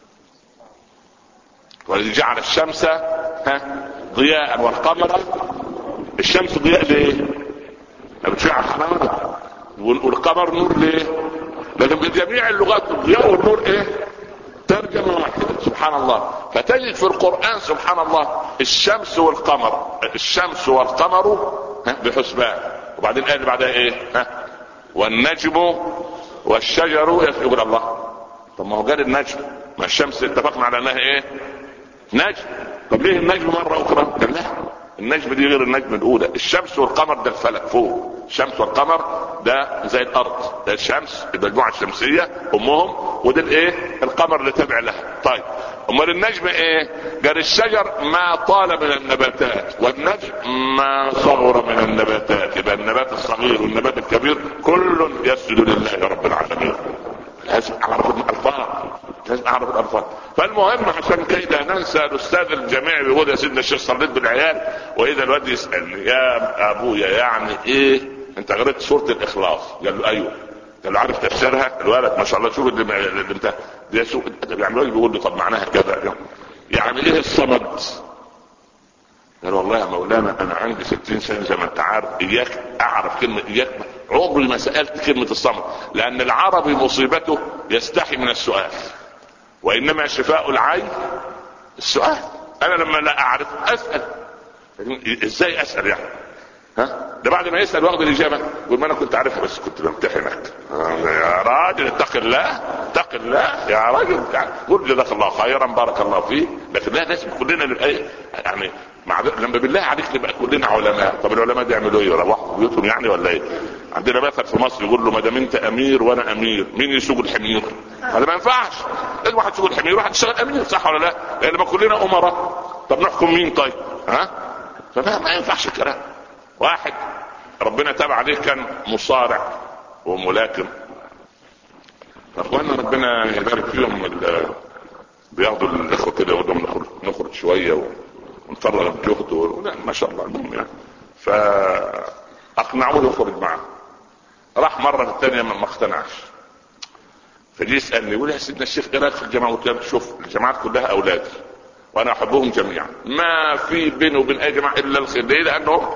والذي جعل الشمس ها ضياء والقمر. الشمس ضياء ليه؟ بتشع حرارة. والقمر نور ليه؟ لكن بجميع اللغات الضياء والنور ايه؟ ترجمة واحدة سبحان الله. فتجد في القرآن سبحان الله الشمس والقمر الشمس والقمر بحسبان. وبعدين الآية اللي بعدها ايه؟ ها والنجم والشجر يسجد الله. طب ما هو قال النجم، ما الشمس اتفقنا على انها ايه؟ نجم. طب ليه النجم مرة اخرى؟ قال لا النجم دي غير النجم الاولى. الشمس والقمر ده الفلك فوق. الشمس والقمر ده زي الارض. ده الشمس المجموعة الشمسية امهم، وده الايه؟ القمر اللي تابع لها. طيب امال النجم ايه؟ قال الشجر ما طال من النباتات والنجم ما صغر من النباتات. يبقى النبات الصغير والنبات الكبير كل يسجد لله رب العالمين. لازم اعرف الالفاظ لازم اعرف الالفاظ. فالمهم عشان كده ننسى الاستاذ الجامعي بيقول يا سيدنا الشيخ صليت بالعيال واذا الواد يسالني يا ابويا يعني ايه انت قريت سوره الاخلاص؟ قال له ايوه. قال له عارف تفسيرها؟ الولد ما شاء الله شوف اللي, اللي انت ده سوء بيعملوا ايه. بيقول له طب معناها كذا يعني ايه الصمد؟ قال والله يا مولانا انا عندي ستين سنة زي ما انت عارف اياك اعرف كلمة اياك عمري ما سألت كلمة الصمد، لان العربي مصيبته يستحي من السؤال وانما شفاء العين السؤال. انا لما لا اعرف اسأل. ازاي اسأل يعني؟ ها ده بعد ما يسأل واخد الاجابة يقول ما انا كنت عارفها بس كنت بمتحنك. يا راجل اتق الله اتق الله يا راجل يعني قول جزاك الله خيرا بارك الله فيك. لكن لا لازم كلنا نبقى يعني مع لما بالله عليك نبقى كلنا علماء. طب العلماء دي يعملوا ايه؟ يروحوا بيوتهم يعني ولا ايه؟ عندنا مثل في مصر يقول له ما دام انت امير وانا امير مين يسوق الحمير؟ هذا ما ينفعش. لازم واحد يسوق الحمير واحد يشتغل امير صح ولا لا؟ لان ما كلنا امراء. طب نحكم مين طيب؟ ها فما ما ينفعش الكلام. واحد ربنا تاب عليه كان مصارع وملاكم. اخوانا ربنا يبارك فيهم بياخدوا الاخوه كده يقولوا نخرج نخرج شويه ونفرغ الجهد و... ما شاء الله المهم يعني. فاقنعوه يخرج معه. راح مره الثانيه ما اقتنعش. فجي يسالني يقول يا سيدنا الشيخ ايه رايك في الجماعه؟ قلت له شوف الجماعات كلها اولادي وانا احبهم جميعا ما في بيني وبين اي جماعه الا الخير. ليه؟ لانه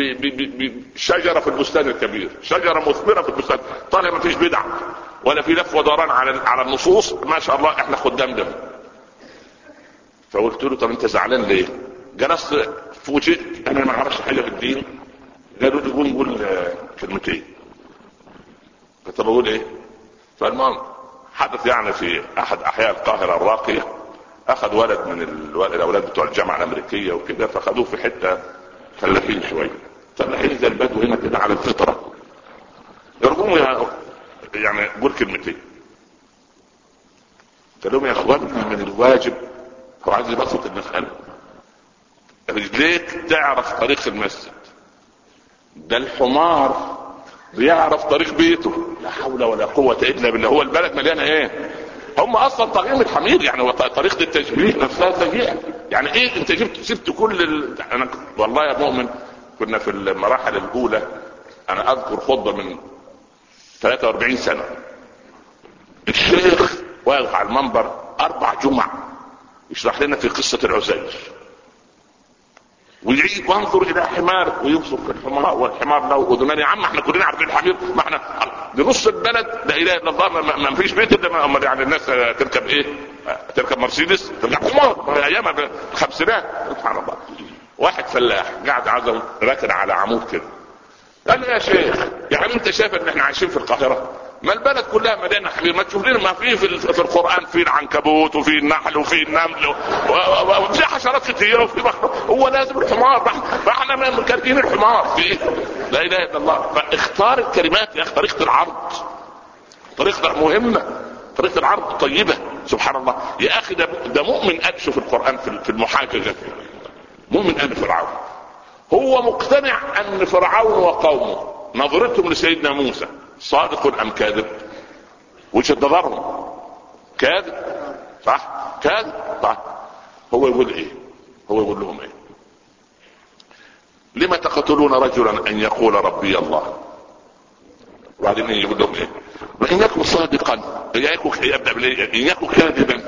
بشجرة في البستان الكبير شجرة مثمرة في البستان طالما ما فيش بدع ولا في لف ودوران على على النصوص ما شاء الله احنا خدام ده. فقلت له طب انت زعلان ليه؟ جلست فوجئت انا ما اعرفش حاجه في الدين. قالوا لي قول قول كلمتين. طب اقول ايه؟ فالمهم حدث يعني في احد احياء القاهره الراقيه اخذ ولد من الاولاد بتوع الجامعه الامريكيه وكده فاخذوه في حته فلاحين شويه فلاحين زي البدو هنا كده على الفطره يرجموا يعني قول كلمتين. قال لهم يا اخواننا من الواجب هو عايز يبسط المساله رجليك تعرف طريق المسجد ده الحمار بيعرف طريق بيته، لا حول ولا قوة الا بالله. هو البلد مليانة ايه؟ هم اصلا طريقهم الحمير يعني، طريقة التشبيه نفسها سيئة. يعني ايه انت جبت سبت كل ال... انا والله يا مؤمن كنا في المراحل الاولى، انا اذكر خطبة من ثلاثة واربعين سنة، الشيخ واقف على المنبر اربع جمع يشرح لنا في قصة العزير، ويعيد وانظر الى حمار وينظر في الحمار، والحمار له اذنان. يا عم احنا كلنا عارفين الحمير، ما احنا لنص البلد لا اله الا الله، ما, ما فيش بيت الا ما يعني الناس تركب ايه؟ تركب مرسيدس، تركب حمار ايام الخمسينات. سبحان الله. واحد فلاح قاعد عزم راكن على عمود كده، قال لي يا شيخ يعني انت شايف ان احنا عايشين في القاهره؟ ما البلد كلها مليانه حمير، ما تشوف لنا ما في في القران في العنكبوت وفي النحل وفي النمل وفي حشرات كتيره وفي بحر، هو لازم الحمار؟ فاحنا مكرهين الحمار في لا اله الا الله. فاختار الكلمات يا اخي، طريقه العرض طريقه مهمه، طريقه العرض طيبه. سبحان الله يا اخي، ده, ده مؤمن ابشر في القران في المحاججه، مؤمن ابي فرعون هو مقتنع ان فرعون وقومه نظرتهم لسيدنا موسى صادق ام كاذب؟ وجهة نظرهم كاذب، صح؟ كاذب، صح. هو يقول ايه؟ هو يقول لهم ايه؟ لما تقتلون رجلا ان يقول ربي الله؟ وبعدين يقول لهم ايه؟ وان يكن صادقا يكن يبدا بالايه؟ ان يكن كاذبا.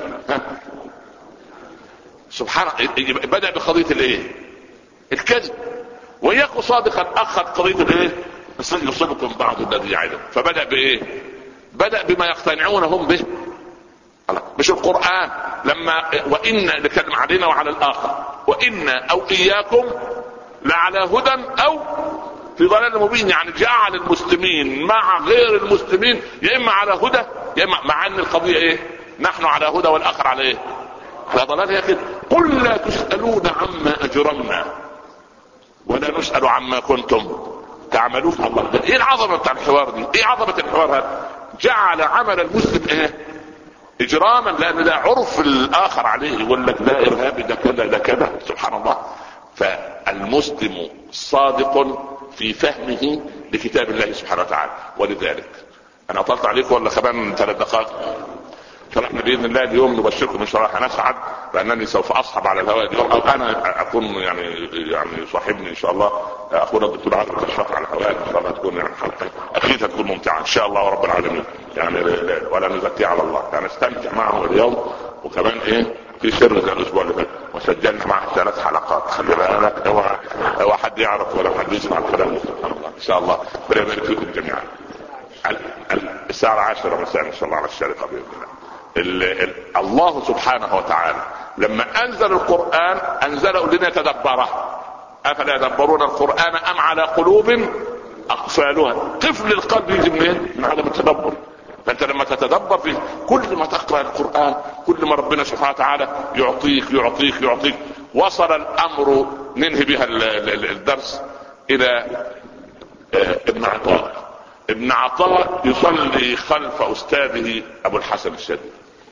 سبحان الله، بدا بقضيه الايه؟ الكذب. وان يكن صادقا اخذ قضيه الايه؟ يصيبكم بعض الذي يعدكم. فبدأ بايه؟ بدأ بما يقتنعون هم به، مش القرآن. لما وإنا نتكلم علينا وعلى الآخر، وإنا أو إياكم لعلى هدى أو في ضلال مبين. يعني جعل المسلمين مع غير المسلمين يا إما على هدى يا إما، مع أن القضية إيه؟ نحن على هدى والآخر على إيه؟ على ضلال. يا كده قل لا تسألون عما أجرمنا ولا نسأل عما كنتم تعملون. الله، ايه العظمه بتاع الحوار دي؟ ايه عظمه الحوار هذا؟ جعل عمل المسلم ايه؟ اجراما، لان ده عرف الاخر عليه، يقول لك ده ارهابي، ده كذا، ده كذا. سبحان الله. فالمسلم صادق في فهمه لكتاب الله سبحانه وتعالى. ولذلك انا اطلت عليكم ولا كمان ثلاث دقائق؟ فنحن باذن الله اليوم نبشركم ان شاء الله هنسعد لانني سوف اصحب على الهواء اليوم، او انا اكون يعني يعني صاحبني ان شاء الله اخونا الدكتور عبد الشاق على الهواء. ان شاء الله تكون يعني حلقه اكيد هتكون ممتعه ان شاء الله رب العالمين، يعني ولا نزكي على الله. يعني استمتع معهم اليوم، وكمان ايه في سر زي الاسبوع اللي فات، وسجلنا معه ثلاث حلقات. خلي بالك اوعى اوعى حد يعرف ولا حد يسمع الكلام. سبحان الله. ان شاء الله ربنا يبارك فيكم جميعا. الساعه عشرة مساء ان شاء الله على الشارقه باذن الله. الله سبحانه وتعالى لما انزل القرآن انزله لنتدبره، افلا يدبرون القرآن ام على قلوب اقفالها. طفل القلب يجي منين؟ من عدم التدبر. فانت لما تتدبر في كل ما تقرأ القرآن، كل ما ربنا سبحانه وتعالى يعطيك يعطيك يعطيك. وصل الامر ننهي بها الدرس الى ابن عطاء. ابن عطاء يصلي خلف استاذه ابو الحسن الشاذلي،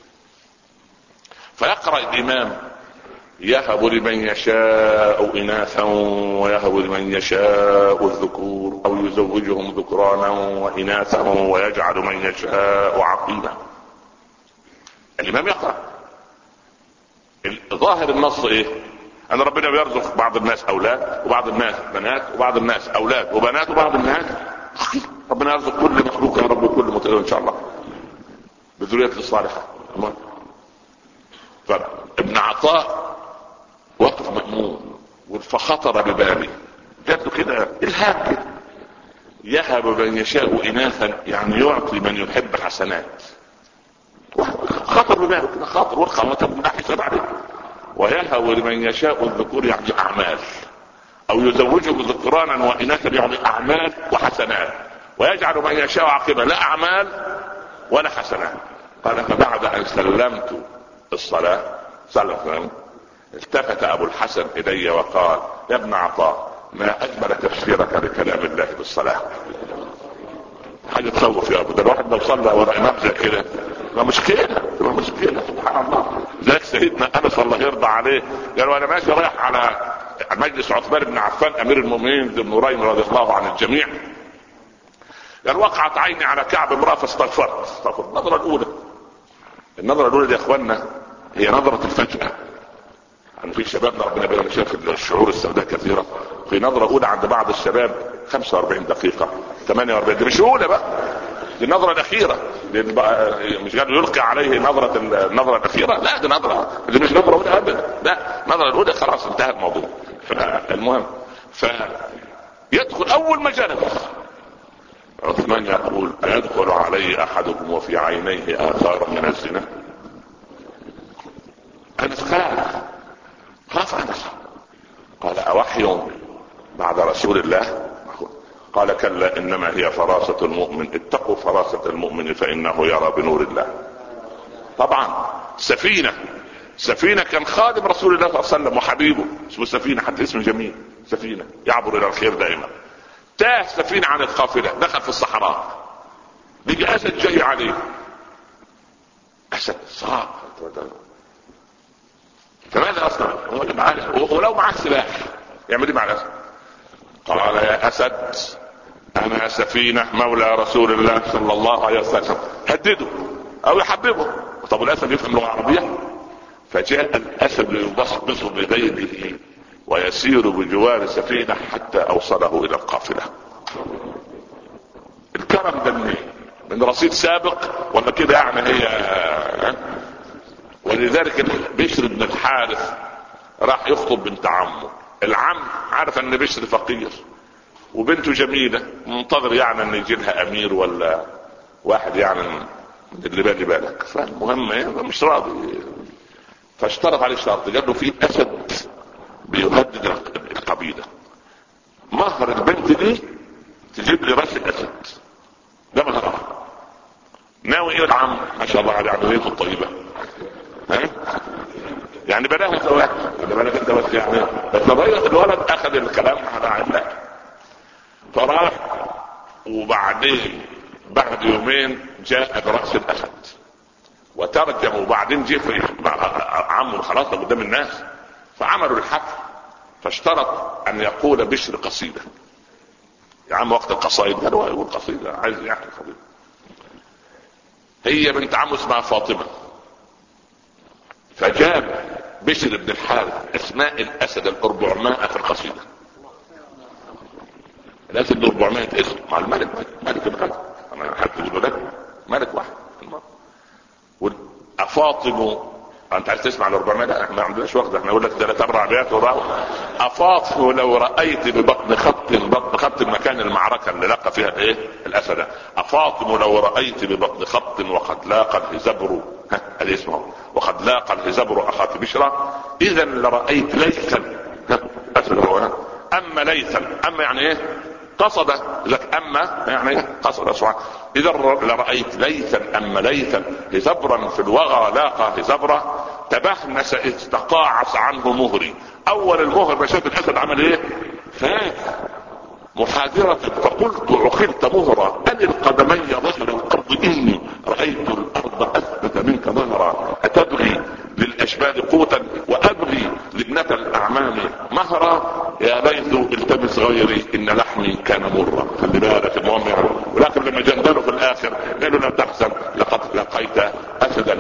فيقرأ الامام يهب لمن يشاء اناثا ويهب لمن يشاء الذكور او يزوجهم ذكرانا واناثا ويجعل من يشاء عقيما. الامام يقرأ. ظاهر النص ايه؟ ان ربنا بيرزق بعض الناس اولاد وبعض الناس بنات وبعض الناس اولاد وبنات وبعض الناس حقيقة. ربنا يرزق كل مخلوق يا رب وكل متقين ان شاء الله بذرية الصالحة. فابن عطاء وقف مأمون فخطر ببالي، جاته كده الهام كده، يهب من يشاء اناثا يعني يعطي من يحب حسنات. خطر ببالي كده، خاطر والخواطر من حساب عليه. ويهب لمن يشاء الذكور يعني اعمال، او يزوجهم ذكرانا واناثا يعني اعمال وحسنات، ويجعل من يشاء عاقبا لا اعمال ولا حسنات. قال فبعد ان سلمت الصلاة سلم التفت ابو الحسن الي وقال يا ابن عطاء ما اجمل تفسيرك لكلام الله بالصلاة. حاجة تصوف يا ابو، ده الواحد لو صلى ورا امام زي كده ما مشكلة ما مشكلة. سبحان الله. ذاك سيدنا انس الله يرضى عليه قال وانا ماشي رايح على مجلس عثمان بن عفان امير المؤمنين ذي النورين رضي الله عن الجميع، قال وقعت عيني على كعب امرأة فاستغفرت. استغفرت. النظرة الاولى، النظرة الاولى دي يا اخوانا هي نظرة الفجأة. يعني في شبابنا ربنا يبارك شاف الشعور السوداء كثيرة، في نظرة اولى عند بعض الشباب خمسة واربعين دقيقة ثمانية واربعين، دي مش اولى بقى، دي النظرة الاخيرة، دي مش قالوا يلقي عليه نظرة النظرة الاخيرة، لا دي نظرة، دي مش نظرة اولى ابدا، لا النظرة الاولى خلاص انتهى الموضوع. فالمهم فيدخل اول ما جلس عثمان يقول أيدخل علي احدكم وفي عينيه آثار من الزنا؟ انس خاف خاف انس، قال اوحي بعد رسول الله؟ قال كلا انما هي فراسة المؤمن، اتقوا فراسة المؤمن فانه يرى بنور الله. طبعا سفينة سفينة كان خادم رسول الله صلى الله عليه وسلم وحبيبه، اسمه سفينة، حتى اسمه جميل، سفينة يعبر الى الخير دائما. تاه سفينة عن القافلة، دخل في الصحراء، بيجي اسد جاي عليه، اسد صعب، فماذا اصنع؟ ولو معاه سلاح يعمل ايه مع الاسد؟ قال يا اسد انا سفينة مولى رسول الله صلى الله عليه وسلم، هدده او يحببه. طب الاسد يفهم لغة عربية؟ فجاء الاسد يبصبص بغيره ويسير بجوار سفينة حتى اوصله الى القافلة. الكرم ده منين؟ من رصيد سابق ولا كده يعني هي؟ ولذلك بشر بن الحارث راح يخطب بنت عمه، العم عارف ان بشر فقير وبنته جميلة، منتظر يعني ان يجي لها امير ولا واحد يعني من اللي بالي بالك، فالمهم مش راضي، فاشترط عليه شرط، قال له في اسد بيهدد القبيلة، مهر البنت دي تجيب لي راس الاسد ده مهرها. ناوي ايه العم؟ ما شاء الله على عمليته الطيبة، ها يعني بلاها زواج، بلاها انت بس يعني، بس الولد اخذ الكلام على عنا فراح. وبعدين بعد يومين جاء برأس الاسد وترجم، وبعدين جه في عمه خلاص قدام الناس، فعملوا الحفل، فاشترط ان يقول بشر قصيدة. يا عم وقت القصائد قالوا يقول قصيدة، عايز يحكي قصيدة. هي بنت عمه اسمها فاطمة، فجاب بشر بن الحارث اسماء الاسد الاربعمائة في القصيدة. الاسد الاربعمائة اسم مع الملك، ملك الغزو، انا حتى لك ملك واحد. افاطم، انت عايز تسمع الاربعمائة؟ لا احنا ما عندناش وقت، احنا نقول لك ثلاث اربع ابيات وراء. افاطم لو رايت ببطن خط، بطن خط مكان المعركه اللي لقى فيها الايه الاسد، افاطم لو رايت ببطن خط وقد لاقى الهزبر، ها هذا اسمه، وقد لاقى الهزبر اخاك بشرى، اذا لرايت ليثا، ها اسد هو، اما ليثا، اما يعني ايه؟ قصد لك، اما يعني ايه؟ قصد سبحانه. اذا لرايت ليثا، اما ليثا هزبرا في الوغى لاقى هزبرا، تبهنس اذ تقاعس عنه مهري. اول المهر ما شاف الاسد عمل ايه؟ فات محاذرة، فقلت عقلت مهرا ان القدمي ظهر الارض، اني رايت الارض اثبت منك ظهرا، اتبغي للاشبال قوتا وابغي لابنة الاعمام مهرا، يا ليث التمس غيري ان لحمي كان مرا. خلي بالك المهم يعني. ولكن لما جندلوا في الاخر قالوا لا تحزن لقد لقيت اسد